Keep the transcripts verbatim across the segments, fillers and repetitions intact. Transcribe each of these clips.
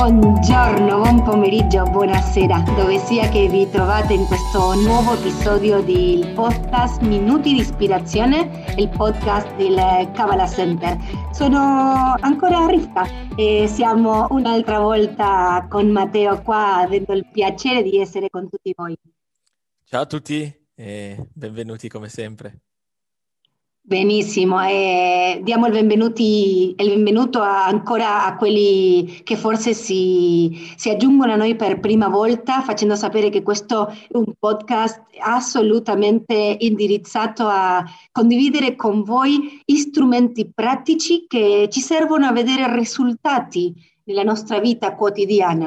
Buongiorno, buon pomeriggio, buonasera, dove sia che vi trovate in questo nuovo episodio del podcast Minuti di Ispirazione, il podcast del Kabbalah Center. Sono ancora Rivka e siamo un'altra volta con Matteo qua, avendo il piacere di essere con tutti voi. Ciao a tutti e benvenuti come sempre. Benissimo, e diamo il, benvenuti, il benvenuto a- ancora a quelli che forse si, si aggiungono a noi per prima volta, facendo sapere che questo è un podcast assolutamente indirizzato a condividere con voi strumenti pratici che ci servono a vedere risultati nella nostra vita quotidiana.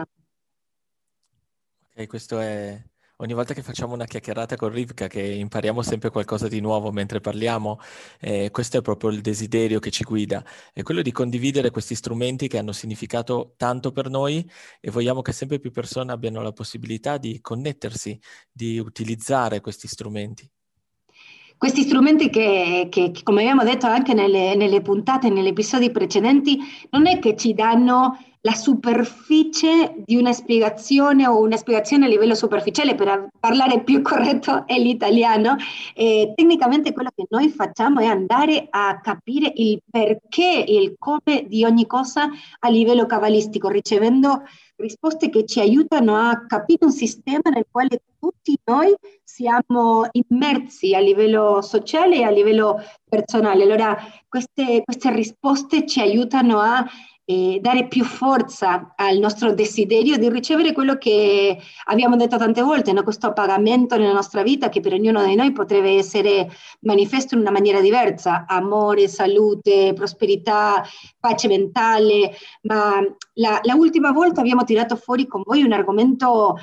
Ok, questo è ogni volta che facciamo una chiacchierata con Rivka, che impariamo sempre qualcosa di nuovo mentre parliamo, eh, questo è proprio il desiderio che ci guida, è quello di condividere questi strumenti che hanno significato tanto per noi e vogliamo che sempre più persone abbiano la possibilità di connettersi, di utilizzare questi strumenti. Questi strumenti che, che- che, come abbiamo detto anche nelle, nelle puntate, negli episodi precedenti, non è che ci danno la superficie di una spiegazione o una spiegazione a livello superficiale, per parlare più corretto è l'italiano. Eh, tecnicamente quello che noi facciamo è andare a capire il perché e il come di ogni cosa a livello cabalistico, ricevendo risposte che ci aiutano a capire un sistema nel quale tutti noi siamo immersi a livello sociale e a livello personale. Allora, queste, queste risposte ci aiutano a eh, dare più forza al nostro desiderio di ricevere quello che abbiamo detto tante volte, no? Questo pagamento nella nostra vita che per ognuno di noi potrebbe essere manifesto in una maniera diversa: amore, salute, prosperità, pace mentale. Ma la, la ultima volta abbiamo tirato fuori con voi un argomento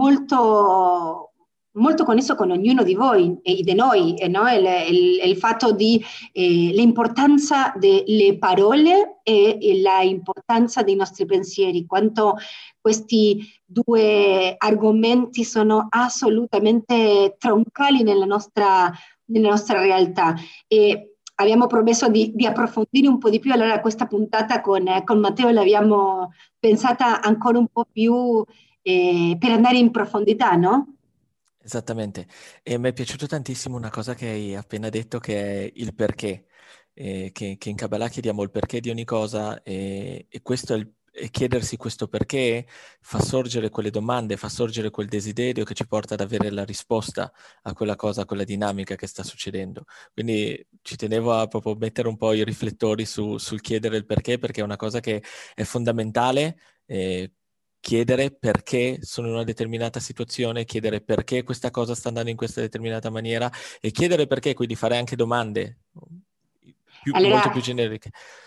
molto molto connesso con ognuno di voi e di noi, eh, no? il, il, il fatto di eh, l'importanza delle parole e, e la importanza dei nostri pensieri, quanto questi due argomenti sono assolutamente troncali nella nostra, nella nostra realtà. E abbiamo promesso di, di approfondire un po' di più, allora questa puntata con, con Matteo l'abbiamo pensata ancora un po' più eh, per andare in profondità, no? Esattamente, e mi è piaciuto tantissimo una cosa che hai appena detto, che è il perché, eh, che, che in Kabbalah chiediamo il perché di ogni cosa e, e questo è il, e chiedersi questo perché fa sorgere quelle domande, fa sorgere quel desiderio che ci porta ad avere la risposta a quella cosa, a quella dinamica che sta succedendo. Quindi ci tenevo a proprio mettere un po' i riflettori su- sul chiedere il perché, perché è una cosa che è fondamentale. eh, Chiedere perché sono in una determinata situazione, chiedere perché questa cosa sta andando in questa determinata maniera e chiedere perché, quindi fare anche domande più- molto Allora, più generiche.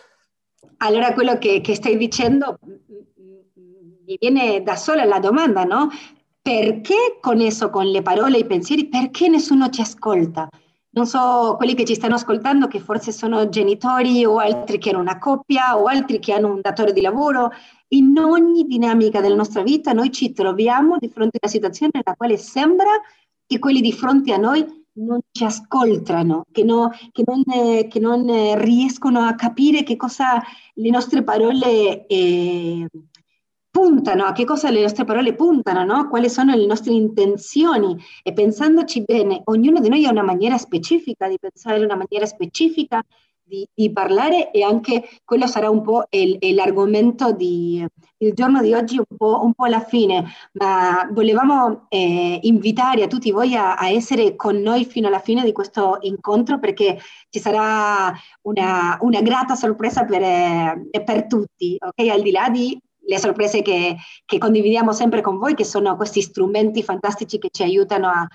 allora quello che, che stai dicendo mm, mm, mi viene da sola la domanda, no? Perché connesso con le parole e i pensieri, perché nessuno ci ascolta? Non so, quelli che ci stanno ascoltando, che forse sono genitori o altri che hanno una coppia o altri che hanno un datore di lavoro, in ogni dinamica della nostra vita noi ci troviamo di fronte a una situazione nella quale sembra che quelli di fronte a noi non ci ascoltano, che, no- che non, eh, che non, eh, riescono a capire che cosa le nostre parole eh, puntano, a che cosa le nostre parole puntano, no? Quali sono le nostre intenzioni. E pensandoci bene, ognuno di noi ha una maniera specifica di pensare, una maniera specifica di, di parlare, e anche quello sarà un po' il- il- l'argomento di, il giorno di oggi, un po', un po' alla fine. Ma volevamo eh, invitare a tutti voi a, a essere con noi fino alla fine di questo incontro, perché ci sarà una, una grata sorpresa per, eh, per tutti, ok? Al di là di le sorprese che, che condividiamo sempre con voi, che sono questi strumenti fantastici che ci aiutano a,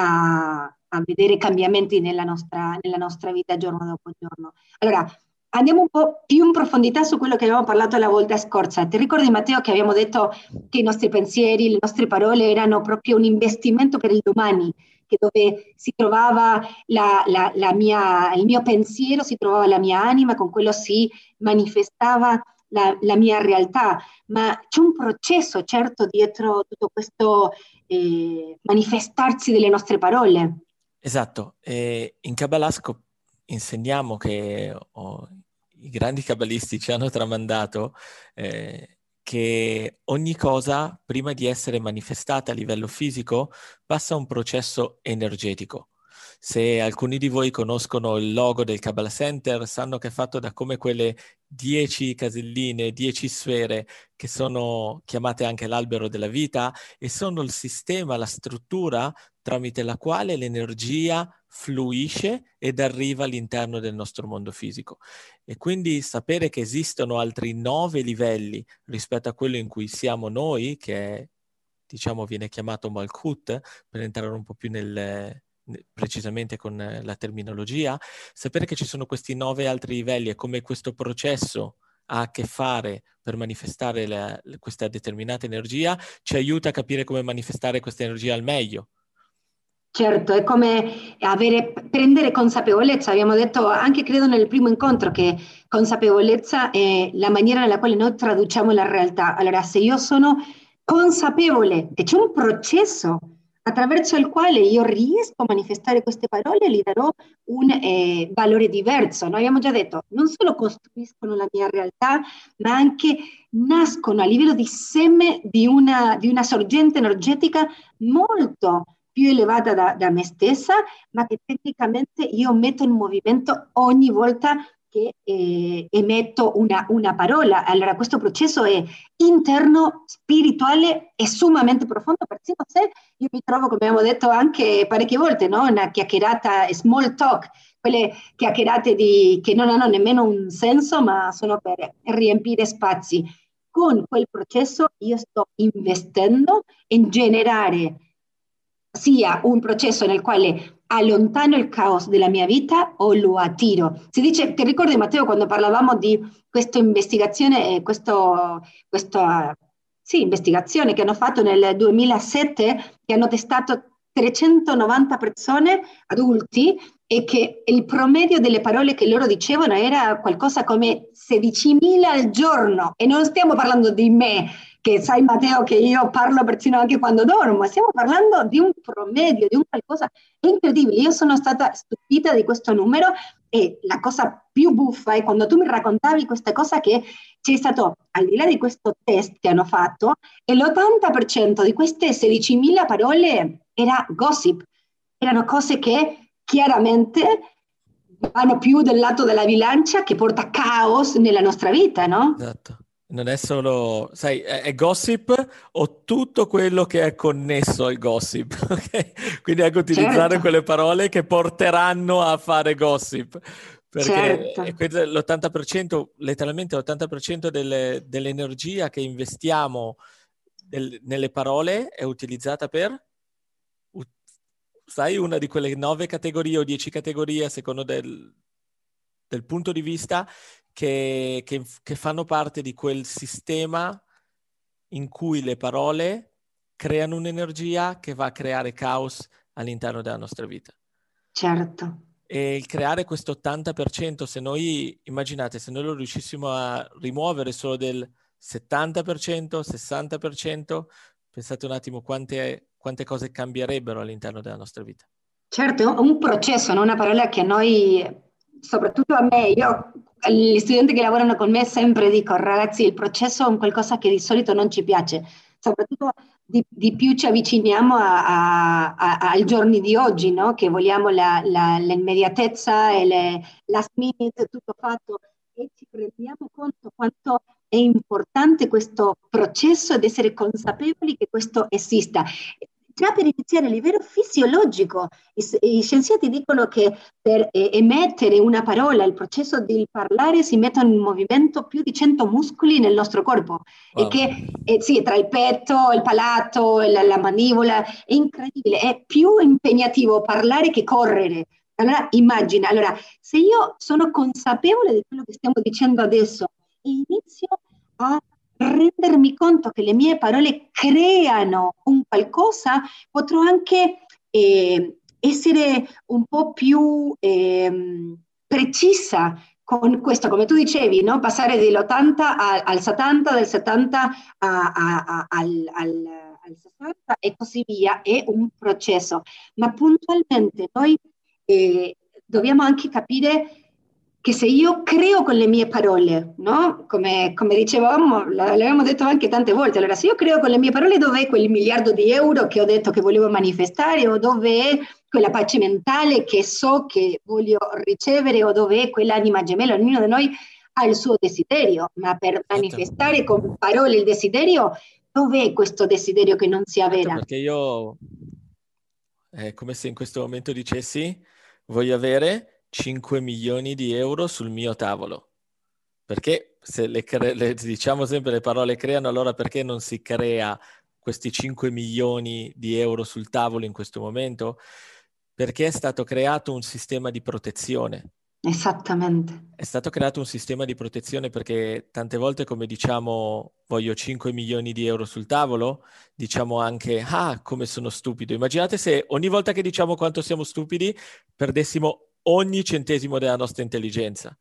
a- a vedere cambiamenti nella nostra, nella nostra vita giorno dopo giorno. Allora, andiamo un po' più in profondità su quello che abbiamo parlato la volta scorsa. Ti ricordi, Matteo, che abbiamo detto che i nostri pensieri, le nostre parole erano proprio un investimento per il domani, che dove si trovava la, la- la mia, il mio pensiero, si trovava la mia anima, con quello si manifestava la, la mia realtà. Ma c'è un processo, certo, dietro tutto questo eh, manifestarsi delle nostre parole. Esatto, e in Kabbalah scop- insegniamo che oh, i grandi kabbalisti ci hanno tramandato eh, che ogni cosa, prima di essere manifestata a livello fisico, passa un processo energetico. Se alcuni di voi conoscono il logo del Kabbalah Center, sanno che è fatto da come quelle dieci caselline, dieci sfere, che sono chiamate anche l'albero della vita, e sono il sistema, la struttura tramite la quale l'energia fluisce ed arriva all'interno del nostro mondo fisico. E quindi sapere che esistono altri nove livelli rispetto a quello in cui siamo noi, che è, diciamo viene chiamato Malkut, per entrare un po' più nel, precisamente con la terminologia, sapere che ci sono questi nove altri livelli e come questo processo ha a che fare per manifestare la, questa determinata energia, ci aiuta a capire come manifestare questa energia al meglio. Certo, è come avere, prendere consapevolezza. Abbiamo detto anche, credo, nel primo incontro che consapevolezza è la maniera nella quale noi traduciamo la realtà. Allora, se io sono consapevole che c'è un processo attraverso il quale io riesco a manifestare queste parole, gli darò un eh, valore diverso. Noi abbiamo già detto, non solo costruiscono la mia realtà, ma anche nascono a livello di seme di una, di una sorgente energetica molto più elevata da, da me stessa, ma che tecnicamente io metto in movimento ogni volta che eh, emetto una, una parola. Allora questo processo è interno, spirituale e sommamente profondo, persino se io mi trovo, come abbiamo detto anche parecchie volte, no? Una chiacchierata, small talk, quelle chiacchierate di, che non hanno nemmeno un senso, ma sono per riempire spazi. Con quel processo io sto investendo in generare sia un processo nel quale allontano il caos della mia vita o lo attiro. Si dice, ti ricordi Matteo quando parlavamo di questa investigazione, eh, questo, questa sì, investigazione che hanno fatto nel duemilasette, che hanno testato trecentonovanta persone, adulti, e che il promedio delle parole che loro dicevano era qualcosa come sedicimila al giorno, e non stiamo parlando di me, che sai Matteo che io parlo persino anche quando dormo, stiamo parlando di un promedio, di un qualcosa incredibile. Io sono stata stupita di questo numero, e la cosa più buffa è quando tu mi raccontavi questa cosa che c'è stato, al di là di questo test che hanno fatto, e l'ottanta per cento di queste sedicimila parole era gossip, erano cose che chiaramente vanno più del lato della bilancia, che porta caos nella nostra vita, no? Esatto. Non è solo, sai, è, è gossip o tutto quello che è connesso al gossip, ok? Quindi anche utilizzare Certo, quelle parole che porteranno a fare gossip, perché certo. è questo l'ottanta per cento, letteralmente l'ottanta per cento delle- dell'energia che investiamo del- nelle parole è utilizzata per, u- sai, una di quelle nove categorie o dieci categorie, a secondo del, del punto di vista, che, che, che fanno parte di quel sistema in cui le parole creano un'energia che va a creare caos all'interno della nostra vita. Certo. E il creare questo ottanta per cento, se noi, immaginate, se noi lo riuscissimo a rimuovere solo del settanta per cento, sessanta per cento, pensate un attimo quante, quante cose cambierebbero all'interno della nostra vita. Certo, è un processo, non una parola che a noi, soprattutto a me, io, agli studenti che lavorano con me sempre dico, ragazzi, il processo è un qualcosa che di solito non ci piace, soprattutto di, di più ci avviciniamo a- a- a- ai giorni di oggi, no? Che vogliamo la, la- l'immediatezza e le last minute, tutto fatto, e ci rendiamo conto quanto è importante questo processo ed essere consapevoli che questo esista. Già per iniziare a livello fisiologico, i, i scienziati dicono che per eh, emettere una parola, il processo di parlare, si mettono in movimento più di cento muscoli nel nostro corpo, e Wow. che eh, sì, tra il petto, il palato, la, la mandibola, è incredibile, è più impegnativo parlare che correre. Allora immagina, allora, se io sono consapevole di quello che stiamo dicendo adesso e inizio a rendermi conto che le mie parole creano un qualcosa, potrò anche eh, essere un po' più eh, precisa con questo, come tu dicevi, no? Passare dall'ottanta al, al settanta, del settanta a, a, a, al, al, al sessanta e così via, è un processo, ma puntualmente noi eh, dobbiamo anche capire che se io creo con le mie parole, no? Come, come dicevamo, l'avevamo detto anche tante volte, allora se io creo con le mie parole, dov'è quel miliardo di euro che ho detto che volevo manifestare, o dov'è quella pace mentale che so che voglio ricevere, o dov'è quell'anima gemella? Ognuno di noi ha il suo desiderio, ma per Certo. manifestare con parole il desiderio, dov'è questo desiderio che non si Certo, avvera? perché io è come se in questo momento dicessi voglio avere cinque milioni di euro sul mio tavolo. Perché se le, cre- le diciamo sempre le parole creano, allora perché non si crea questi cinque milioni di euro sul tavolo in questo momento? Perché è stato creato un sistema di protezione. Esattamente. È stato creato un sistema di protezione perché tante volte, come diciamo, voglio cinque milioni di euro sul tavolo, diciamo anche, ah, come sono stupido. Immaginate se ogni volta che diciamo quanto siamo stupidi, perdessimo ogni centesimo della nostra intelligenza.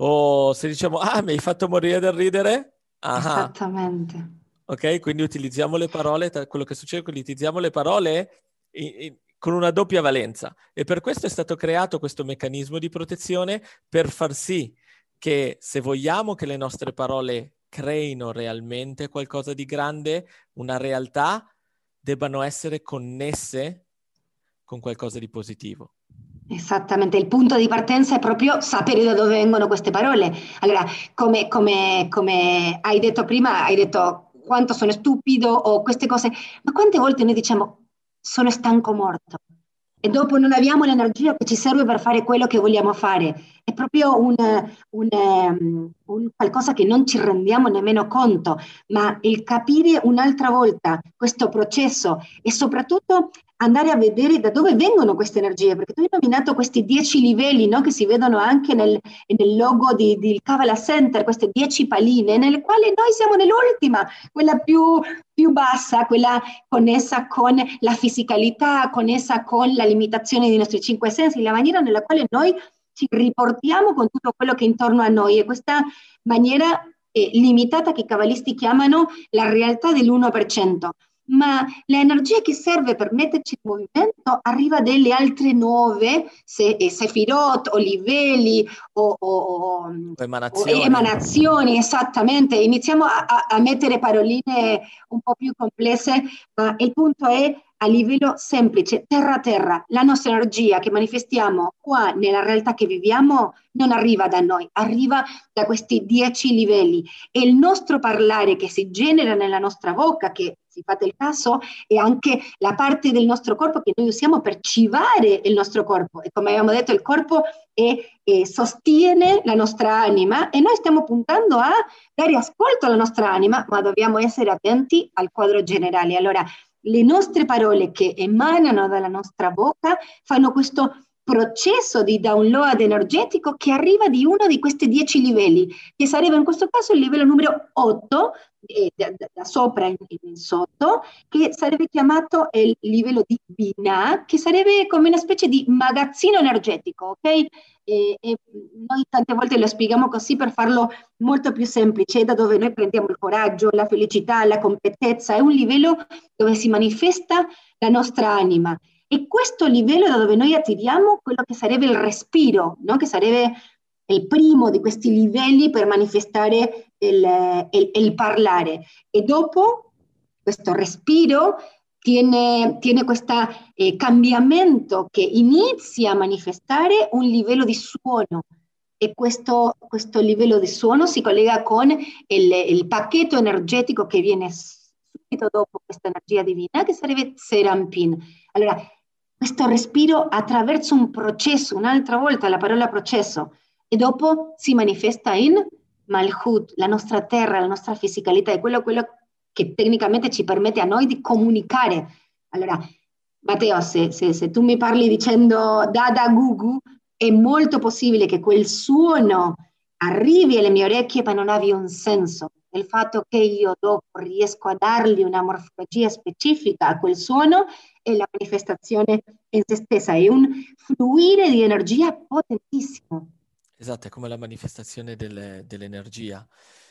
O se diciamo, ah, mi hai fatto morire dal ridere? Ah, Esattamente. ok? Quindi utilizziamo le parole, quello che succede è che utilizziamo le parole in, in, con una doppia valenza. E per questo è stato creato questo meccanismo di protezione per far sì che se vogliamo che le nostre parole creino realmente qualcosa di grande, una realtà, debbano essere connesse con qualcosa di positivo. Esattamente, il punto di partenza è proprio sapere da dove vengono queste parole. Allora, come, come- come hai detto prima, hai detto quanto sono stupido o queste cose, ma quante volte noi diciamo sono stanco morto e dopo non abbiamo l'energia che ci serve per fare quello che vogliamo fare. È proprio un, un, ehm, un qualcosa che non ci rendiamo nemmeno conto, ma il capire un'altra volta questo processo e soprattutto andare a vedere da dove vengono queste energie, perché tu hai nominato questi dieci livelli, no, che si vedono anche nel, nel logo di, di Kavala Center, queste dieci paline, nelle quali noi siamo nell'ultima, quella più, più bassa, quella connessa con la fisicalità, connessa con la limitazione dei nostri cinque sensi, la maniera nella quale noi ci riportiamo con tutto quello che è intorno a noi, e questa maniera eh, limitata che i cabalisti chiamano la realtà dell'uno per cento. Ma l'energia che serve per metterci in movimento arriva dalle altre nove, se, eh, sefirot o livelli o, o, o, o Emanazioni. emanazioni, esattamente. Iniziamo a, a, a mettere paroline un po' più complesse, ma il punto è a livello semplice, terra a terra. La nostra energia che manifestiamo qua nella realtà che viviamo non arriva da noi, arriva da questi dieci livelli. E il nostro parlare che si genera nella nostra bocca, che se fate il caso, è anche la parte del nostro corpo che noi usiamo per civare il nostro corpo. E come abbiamo detto, il corpo è, è, sostiene la nostra anima e noi stiamo puntando a dare ascolto alla nostra anima, ma dobbiamo essere attenti al quadro generale. Allora, le nostre parole che emanano dalla nostra bocca fanno questo processo di download energetico che arriva di uno di questi dieci livelli, che sarebbe in questo caso il livello numero otto, eh, da, da, sopra in, in, sotto, che sarebbe chiamato il livello di Binah, che sarebbe come una specie di magazzino energetico, ok? E, e noi tante volte lo spieghiamo così per farlo molto più semplice, da dove noi prendiamo il coraggio, la felicità, la completezza, è un livello dove si manifesta la nostra anima. E questo livello da dove noi attiriamo quello che sarebbe il respiro, no? Che sarebbe il primo di questi livelli per manifestare il, il, il parlare. E dopo questo respiro tiene, tiene questo eh, cambiamento che inizia a manifestare un livello di suono. E questo, questo livello di suono si collega con il, il pacchetto energetico che viene subito dopo questa energia divina, che sarebbe Serampin. Allora, questo respiro attraverso un processo, un'altra volta la parola processo, e dopo si manifesta in Malhut, la nostra terra, la nostra fisicalità, è quello, quello che tecnicamente ci permette a noi di comunicare. Allora, Matteo, se, se, se tu mi parli dicendo Dada Gugu, è molto possibile che quel suono arrivi alle mie orecchie ma non abbia un senso. Il fatto che io dopo riesco a dargli una morfologia specifica a quel suono è la manifestazione in se stessa, è un fluire di energia potentissimo. Esatto, è come la manifestazione del, dell'energia.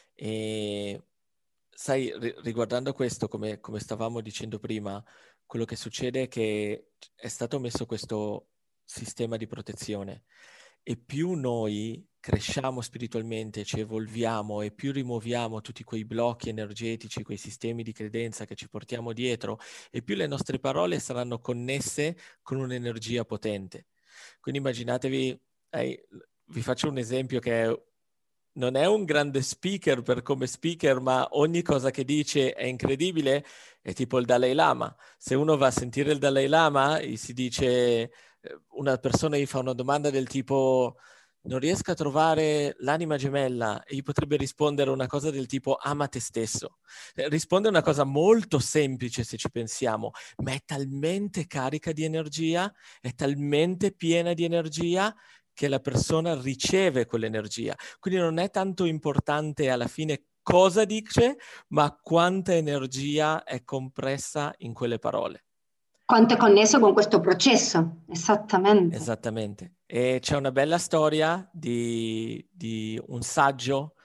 E sai, ri- riguardando questo, come, come stavamo dicendo prima, quello che succede è che è stato messo questo sistema di protezione e più noi cresciamo spiritualmente, ci evolviamo e più rimuoviamo tutti quei blocchi energetici, quei sistemi di credenza che ci portiamo dietro, e più le nostre parole saranno connesse con un'energia potente. Quindi immaginatevi, eh, vi faccio un esempio che è, non è un grande speaker per come speaker, ma ogni cosa che dice è incredibile, è tipo il Dalai Lama. Se uno va a sentire il Dalai Lama, gli si dice, una persona gli fa una domanda del tipo non riesco a trovare l'anima gemella, e gli potrebbe rispondere una cosa del tipo ama te stesso. Risponde una cosa molto semplice se ci pensiamo, ma è talmente carica di energia, è talmente piena di energia che la persona riceve quell'energia. Quindi non è tanto importante alla fine cosa dice, ma quanta energia è compressa in quelle parole. Quanto è connesso con questo processo, esattamente. Esattamente. E c'è una bella storia di, di un saggio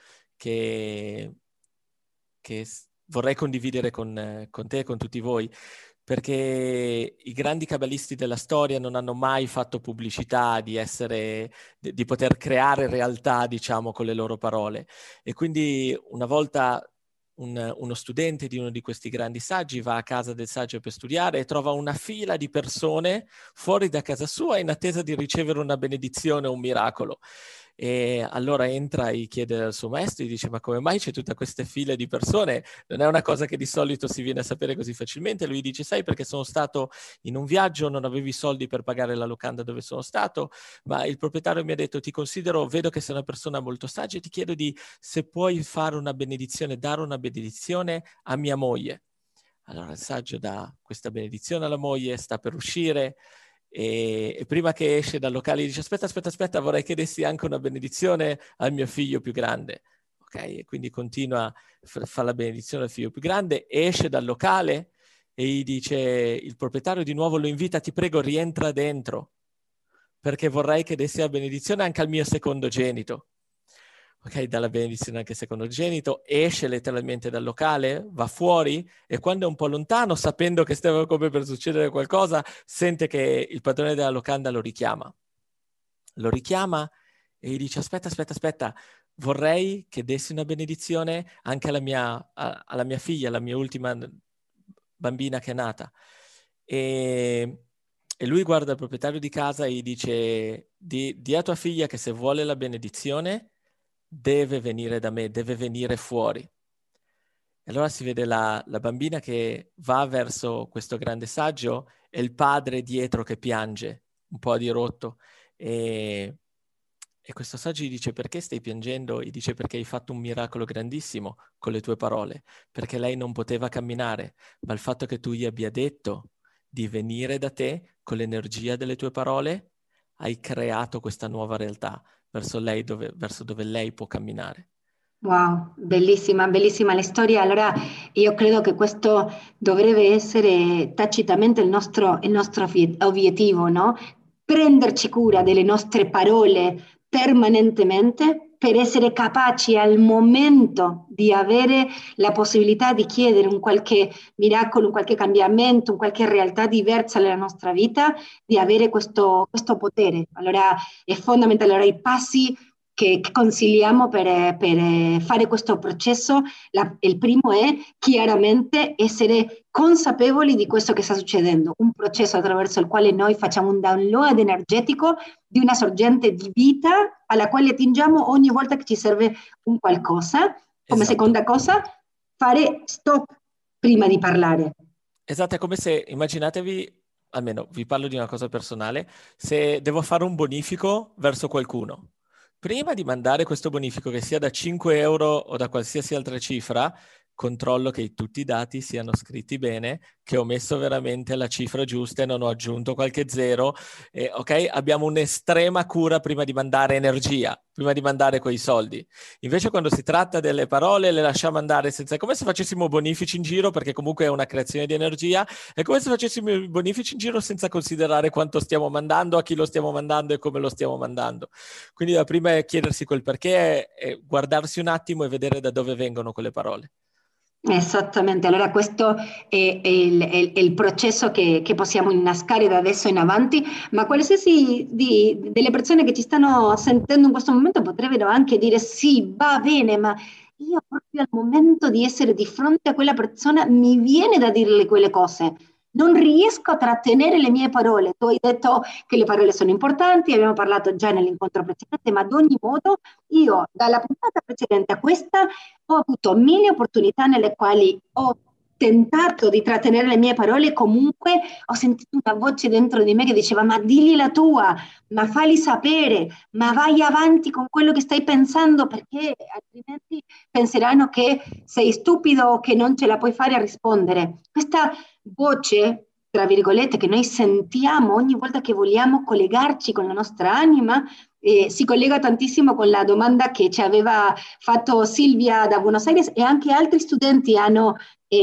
che, che vorrei condividere con, con te e con tutti voi, perché i grandi cabalisti della storia non hanno mai fatto pubblicità di essere, di, di poter creare realtà, diciamo, con le loro parole. E quindi una volta un, uno studente di uno di questi grandi saggi va a casa del saggio per studiare e trova una fila di persone fuori da casa sua in attesa di ricevere una benedizione o un miracolo. E allora entra e chiede al suo maestro, gli dice ma come mai c'è tutta questa fila di persone? Non è una cosa che di solito si viene a sapere così facilmente. Lui dice sai perché sono stato in un viaggio, non avevo i soldi per pagare la locanda dove sono stato, ma il proprietario mi ha detto ti considero, vedo che sei una persona molto saggia e ti chiedo di se puoi fare una benedizione, dare una benedizione a mia moglie. Allora il saggio dà questa benedizione alla moglie, sta per uscire e, e prima che esce dal locale dice aspetta, aspetta, aspetta, vorrei che dessi anche una benedizione al mio figlio più grande. Ok, e quindi continua, fa la benedizione al figlio più grande, esce dal locale e gli dice, il proprietario di nuovo lo invita, ti prego rientra dentro, perché vorrei che dessi la benedizione anche al mio secondogenito. Ok, dà la benedizione anche al secondogenito, esce letteralmente dal locale, va fuori e quando è un po' lontano, sapendo che stava come per succedere qualcosa, sente che il padrone della locanda lo richiama. Lo richiama e gli dice aspetta, aspetta, aspetta, vorrei che dessi una benedizione anche alla mia, a, alla mia figlia, alla mia ultima bambina che è nata. E, e lui guarda il proprietario di casa e gli dice di, di a tua figlia che se vuole la benedizione deve venire da me, deve venire fuori. E allora si vede la, la bambina che va verso questo grande saggio e il padre dietro che piange, un po' di rotto. E, e questo saggio gli dice perché stai piangendo? Gli dice perché hai fatto un miracolo grandissimo con le tue parole, perché lei non poteva camminare, ma il fatto che tu gli abbia detto di venire da te con l'energia delle tue parole, hai creato questa nuova realtà verso lei dove, verso dove lei può camminare. Wow, bellissima, bellissima la storia. Allora io credo che questo dovrebbe essere tacitamente il nostro, il nostro obie- obiettivo, no? Prenderci cura delle nostre parole permanentemente per essere capaci al momento di avere la possibilità di chiedere un qualche miracolo, un qualche cambiamento, un qualche realtà diversa nella nostra vita, di avere questo, questo potere. Allora è fondamentale. Allora i passi che, che consigliamo per, per fare questo processo, la, il primo è chiaramente essere consapevoli di questo che sta succedendo, un processo attraverso il quale noi facciamo un download energetico di una sorgente di vita alla quale attingiamo ogni volta che ci serve un qualcosa. Come Esatto. seconda cosa, fare stop prima di parlare. Esatto, è come se, immaginatevi, almeno vi parlo di una cosa personale, se devo fare un bonifico verso qualcuno. Prima di mandare questo bonifico, che sia da cinque euro o da qualsiasi altra cifra, controllo che tutti i dati siano scritti bene, che ho messo veramente la cifra giusta e non ho aggiunto qualche zero. Eh, ok? Abbiamo un'estrema cura prima di mandare energia, prima di mandare quei soldi. Invece quando si tratta delle parole le lasciamo andare senza... È come se facessimo bonifici in giro, perché comunque è una creazione di energia, è come se facessimo i bonifici in giro senza considerare quanto stiamo mandando, a chi lo stiamo mandando e come lo stiamo mandando. Quindi la prima è chiedersi quel perché e guardarsi un attimo e vedere da dove vengono quelle parole. Esattamente, allora questo è, è il, è- è il processo che, che possiamo innescare da adesso in avanti, ma qualsiasi di- delle persone che ci stanno sentendo in questo momento potrebbero anche dire sì, va bene, ma io proprio al momento di essere di fronte a quella persona mi viene da dirle quelle cose, non riesco a trattenere le mie parole. Tu hai detto che le parole sono importanti, abbiamo parlato già nell'incontro precedente, ma ad ogni modo io dalla puntata precedente a questa ho avuto mille opportunità nelle quali ho tentato di trattenere le mie parole e comunque ho sentito una voce dentro di me che diceva ma digli la tua, ma falli sapere, ma vai avanti con quello che stai pensando perché altrimenti penseranno che sei stupido o che non ce la puoi fare a rispondere. Questa voce, tra virgolette, che noi sentiamo ogni volta che vogliamo collegarci con la nostra anima, eh, si collega tantissimo con la domanda che ci aveva fatto Silvia da Buenos Aires e anche altri studenti hanno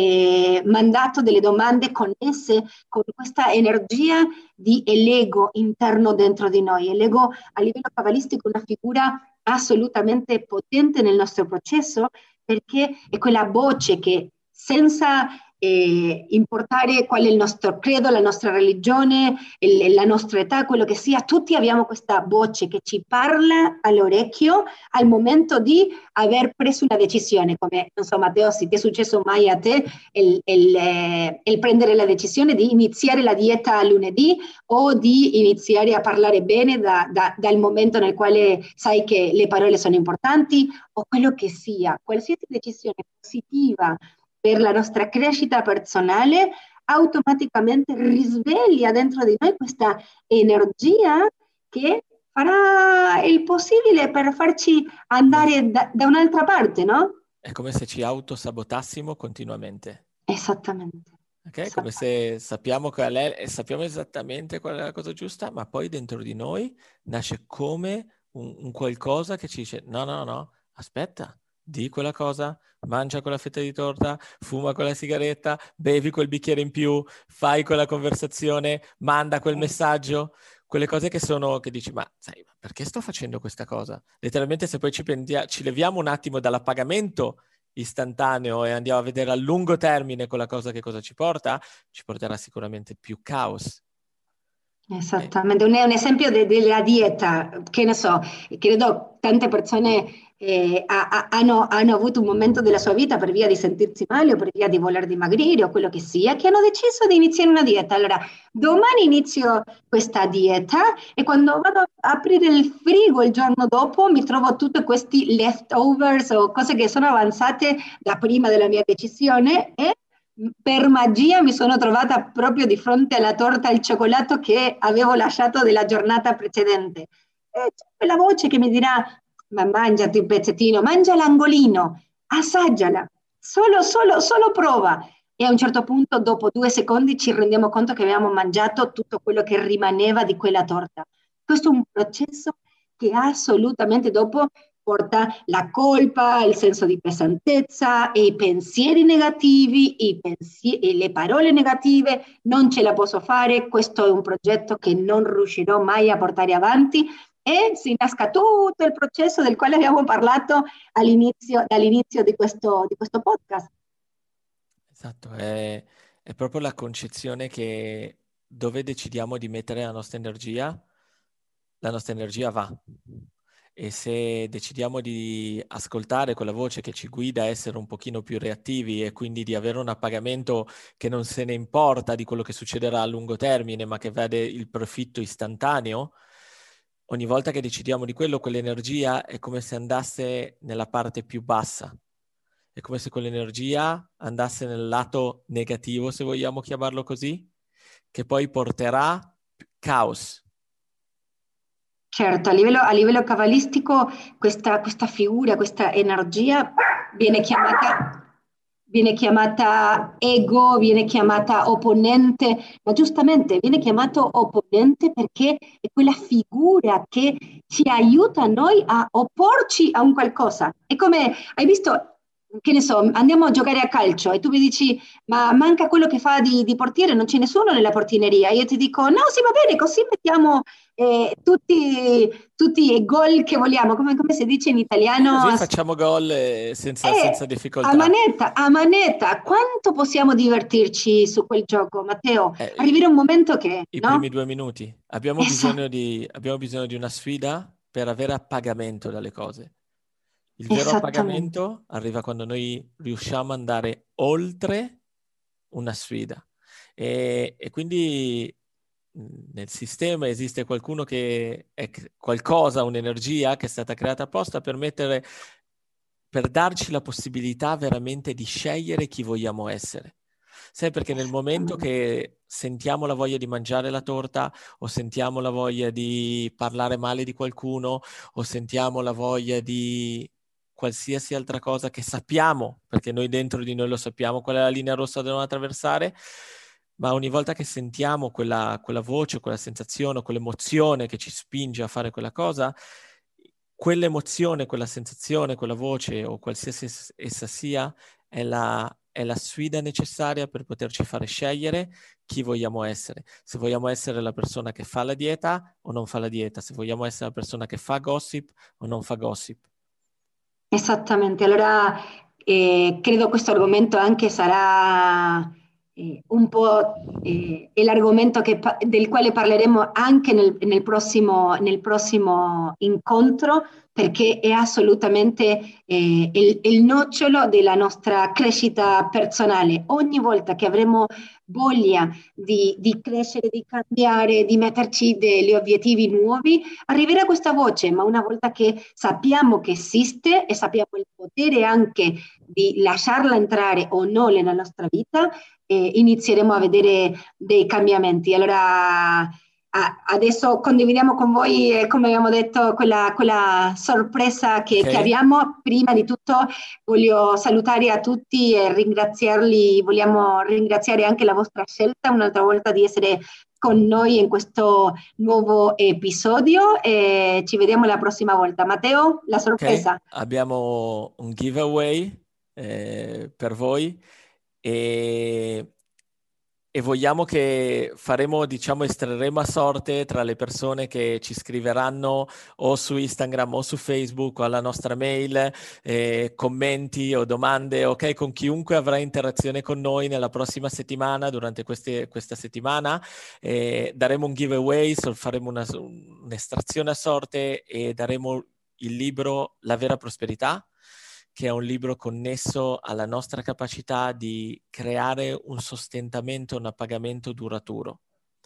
eh, mandato delle domande connesse con questa energia di l'ego interno dentro di noi. E l'ego a livello cabalistico è una figura assolutamente potente nel nostro processo perché è quella voce che senza eh, importare qual è il nostro credo, la nostra religione, il- la nostra età, quello che sia, tutti abbiamo questa voce che ci parla all'orecchio al momento di aver preso una decisione, come non so Matteo, se ti è successo mai a te il, il, eh, il prendere la decisione di iniziare la dieta lunedì o di iniziare a parlare bene da- da- dal momento nel quale sai che le parole sono importanti o quello che sia, qualsiasi decisione positiva per la nostra crescita personale, automaticamente risveglia dentro di noi questa energia che farà il possibile per farci Come se- andare da, da un'altra parte, no? È come se ci autosabotassimo continuamente. Esattamente, Ok? Come esattamente. se sappiamo qual è e sappiamo esattamente qual è la cosa giusta, ma poi dentro di noi nasce come un, un qualcosa che ci dice: no, no, no, aspetta, di quella cosa, mangia quella fetta di torta, fuma quella sigaretta, bevi quel bicchiere in più, fai quella conversazione, manda quel messaggio. Quelle cose che sono, che dici, ma sai, ma perché sto facendo questa cosa? Letteralmente, se poi ci, pendia- ci leviamo un attimo dall'appagamento istantaneo e andiamo a vedere a lungo termine quella cosa che cosa ci porta, ci porterà sicuramente più caos. Eh, Esattamente, un, è un esempio de- della dieta, che ne so, credo tante persone eh, ha- ha- hanno, hanno avuto un momento della sua vita per via di sentirsi male o per via di voler dimagrire o quello che sia, che hanno deciso di iniziare una dieta. Allora, domani inizio questa dieta e quando vado a aprire il frigo il giorno dopo mi trovo tutti questi leftovers o cose che sono avanzate da prima della mia decisione e per magia mi sono trovata proprio di fronte alla torta al cioccolato che avevo lasciato della giornata precedente. E c'è quella voce che mi dirà: Ma mangiati un pezzettino, mangia l'angolino, assaggiala, solo, solo, solo prova. E a un certo punto, dopo due secondi, ci rendiamo conto che abbiamo mangiato tutto quello che rimaneva di quella torta. Questo è un processo che assolutamente dopo porta la colpa, il senso di pesantezza e i pensieri negativi, i pensi- e le parole negative, non ce la posso fare, questo è un progetto che non riuscirò mai a portare avanti e si innesca tutto il processo del quale abbiamo parlato all'inizio, dall'inizio di questo, di questo podcast. esatto, è, è proprio la concezione che dove decidiamo di mettere la nostra energia, la nostra energia va. E se decidiamo di ascoltare quella voce che ci guida a essere un pochino più reattivi e quindi di avere un appagamento che non se ne importa di quello che succederà a lungo termine, ma che vede il profitto istantaneo, ogni volta che decidiamo di quello, quell'energia è come se andasse nella parte più bassa. È come se quell'energia andasse nel lato negativo, se vogliamo chiamarlo così, che poi porterà caos. Certo, a livello, a livello cabalistico questa, questa figura, questa energia viene chiamata, viene chiamata ego, viene chiamata opponente, ma giustamente viene chiamato opponente perché è quella figura che ci aiuta a noi a opporci a un qualcosa. È come, hai visto, che ne so, andiamo a giocare a calcio e tu mi dici, ma manca quello che fa di, di portiere, non c'è nessuno nella portineria. Io ti dico, no, sì, va bene, così mettiamo eh, tutti, tutti i gol che vogliamo, come, come si dice in E così italiano? facciamo gol eh, senza, senza Eh, a difficoltà. manetta, a manetta, quanto possiamo divertirci su quel gioco, Matteo? Eh, Arriverà un momento che, I primi no? due minuti. Abbiamo Esa- bisogno di, abbiamo bisogno di una sfida per avere appagamento dalle cose. Il vero esattamente, appagamento arriva quando noi riusciamo ad andare oltre una sfida. E, e quindi mh, nel sistema esiste qualcuno che è c- qualcosa, un'energia che è stata creata apposta per mettere, per darci la possibilità veramente di scegliere chi vogliamo essere. Sai, perché nel momento esattamente, che sentiamo la voglia di mangiare la torta o sentiamo la voglia di parlare male di qualcuno o sentiamo la voglia di qualsiasi altra cosa che sappiamo, perché noi dentro di noi lo sappiamo qual è la linea rossa da dobbiamo attraversare, ma ogni volta che sentiamo quella, quella voce, quella sensazione, quell'emozione che ci spinge a fare quella cosa, quell'emozione, quella sensazione, quella voce o qualsiasi essa sia, è la, è la sfida necessaria per poterci fare scegliere chi vogliamo essere. Se vogliamo essere la persona che fa la dieta o non fa la dieta, se vogliamo essere la persona che fa gossip o non fa gossip. esattamente. Allora, eh, credo questo argomento anche sarà eh, un po' eh, è l'argomento che pa- del quale parleremo anche nel, nel prossimo, nel prossimo incontro, perché è assolutamente eh, il, il nocciolo della nostra crescita personale. Ogni volta che avremo voglia di, di crescere, di cambiare, di metterci degli obiettivi nuovi, arriverà questa voce, ma una volta che sappiamo che esiste e sappiamo il potere anche di lasciarla entrare o no nella nostra vita, eh, inizieremo a vedere dei cambiamenti. Allora, a- adesso condividiamo con voi, eh, come abbiamo detto, quella, quella sorpresa che, che Ok? abbiamo. Prima di tutto voglio salutare a tutti e ringraziarli, vogliamo ringraziare anche la vostra scelta un'altra volta di essere con noi in questo nuovo episodio e ci vediamo la prossima volta. Matteo, la Ok? sorpresa. Abbiamo un giveaway eh, per voi e, e vogliamo che faremo, diciamo, estrarremo a sorte tra le persone che ci scriveranno o su Instagram o su Facebook o alla nostra mail, eh, commenti o domande, ok? Con chiunque avrà interazione con noi nella prossima settimana, durante queste, questa settimana, eh, daremo un giveaway, so- faremo una- un'estrazione a sorte e daremo il libro La vera prosperità, che è un libro connesso alla nostra capacità di creare un sostentamento, un appagamento duraturo.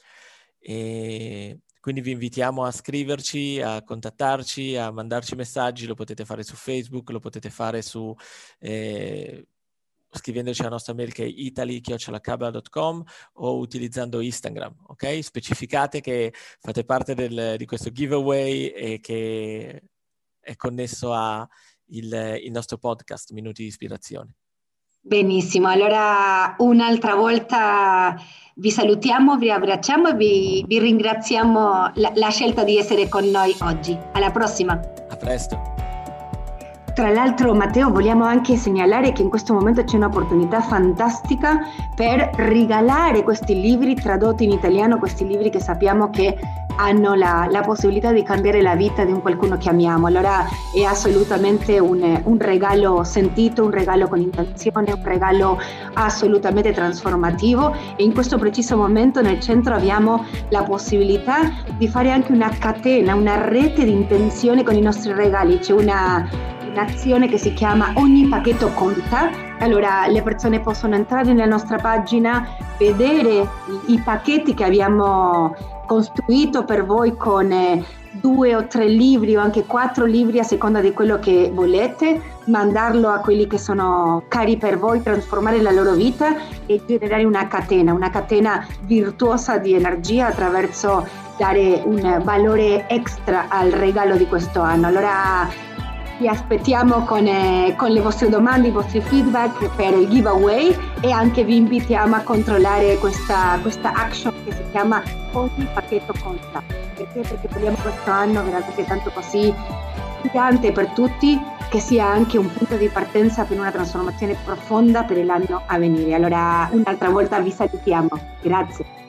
E quindi vi invitiamo a scriverci, a contattarci, a mandarci messaggi, lo potete fare su Facebook, lo potete fare su... Eh, scrivendoci alla nostra mail che è italy chiocciola cabala punto com o utilizzando Instagram, ok? Specificate che fate parte del, di questo giveaway e che è connesso a il, il nostro podcast Minuti di Ispirazione. Benissimo, allora un'altra volta vi salutiamo, vi abbracciamo e vi, vi ringraziamo la, la scelta di essere con noi oggi. Alla prossima. A presto. Tra l'altro, Matteo, vogliamo anche segnalare che in questo momento c'è un'opportunità fantastica per regalare questi libri tradotti in italiano, questi libri che sappiamo che hanno la, la possibilità di cambiare la vita di un qualcuno che amiamo. Allora è assolutamente un, un regalo sentito, un regalo con intenzione, un regalo assolutamente trasformativo e in questo preciso momento nel centro abbiamo la possibilità di fare anche una catena, una rete di intenzione con i nostri regali. C'è una un'azione che si chiama Ogni pacchetto conta. Allora le persone possono entrare nella nostra pagina, vedere i, i pacchetti che abbiamo costruito per voi con eh, due o tre libri o anche quattro libri a seconda di quello che volete, mandarlo a quelli che sono cari per voi, trasformare la loro vita e generare una catena, una catena virtuosa di energia attraverso dare un valore extra al regalo di questo anno. Allora vi aspettiamo con, eh, con le vostre domande, i vostri feedback per il giveaway e anche vi invitiamo a controllare questa, questa action che si chiama Ogni pacchetto conta. Perché? Perché vogliamo questo anno veramente tanto così gigante per tutti che sia anche un punto di partenza per una trasformazione profonda per l'anno a venire. Allora, un'altra volta vi salutiamo. Grazie.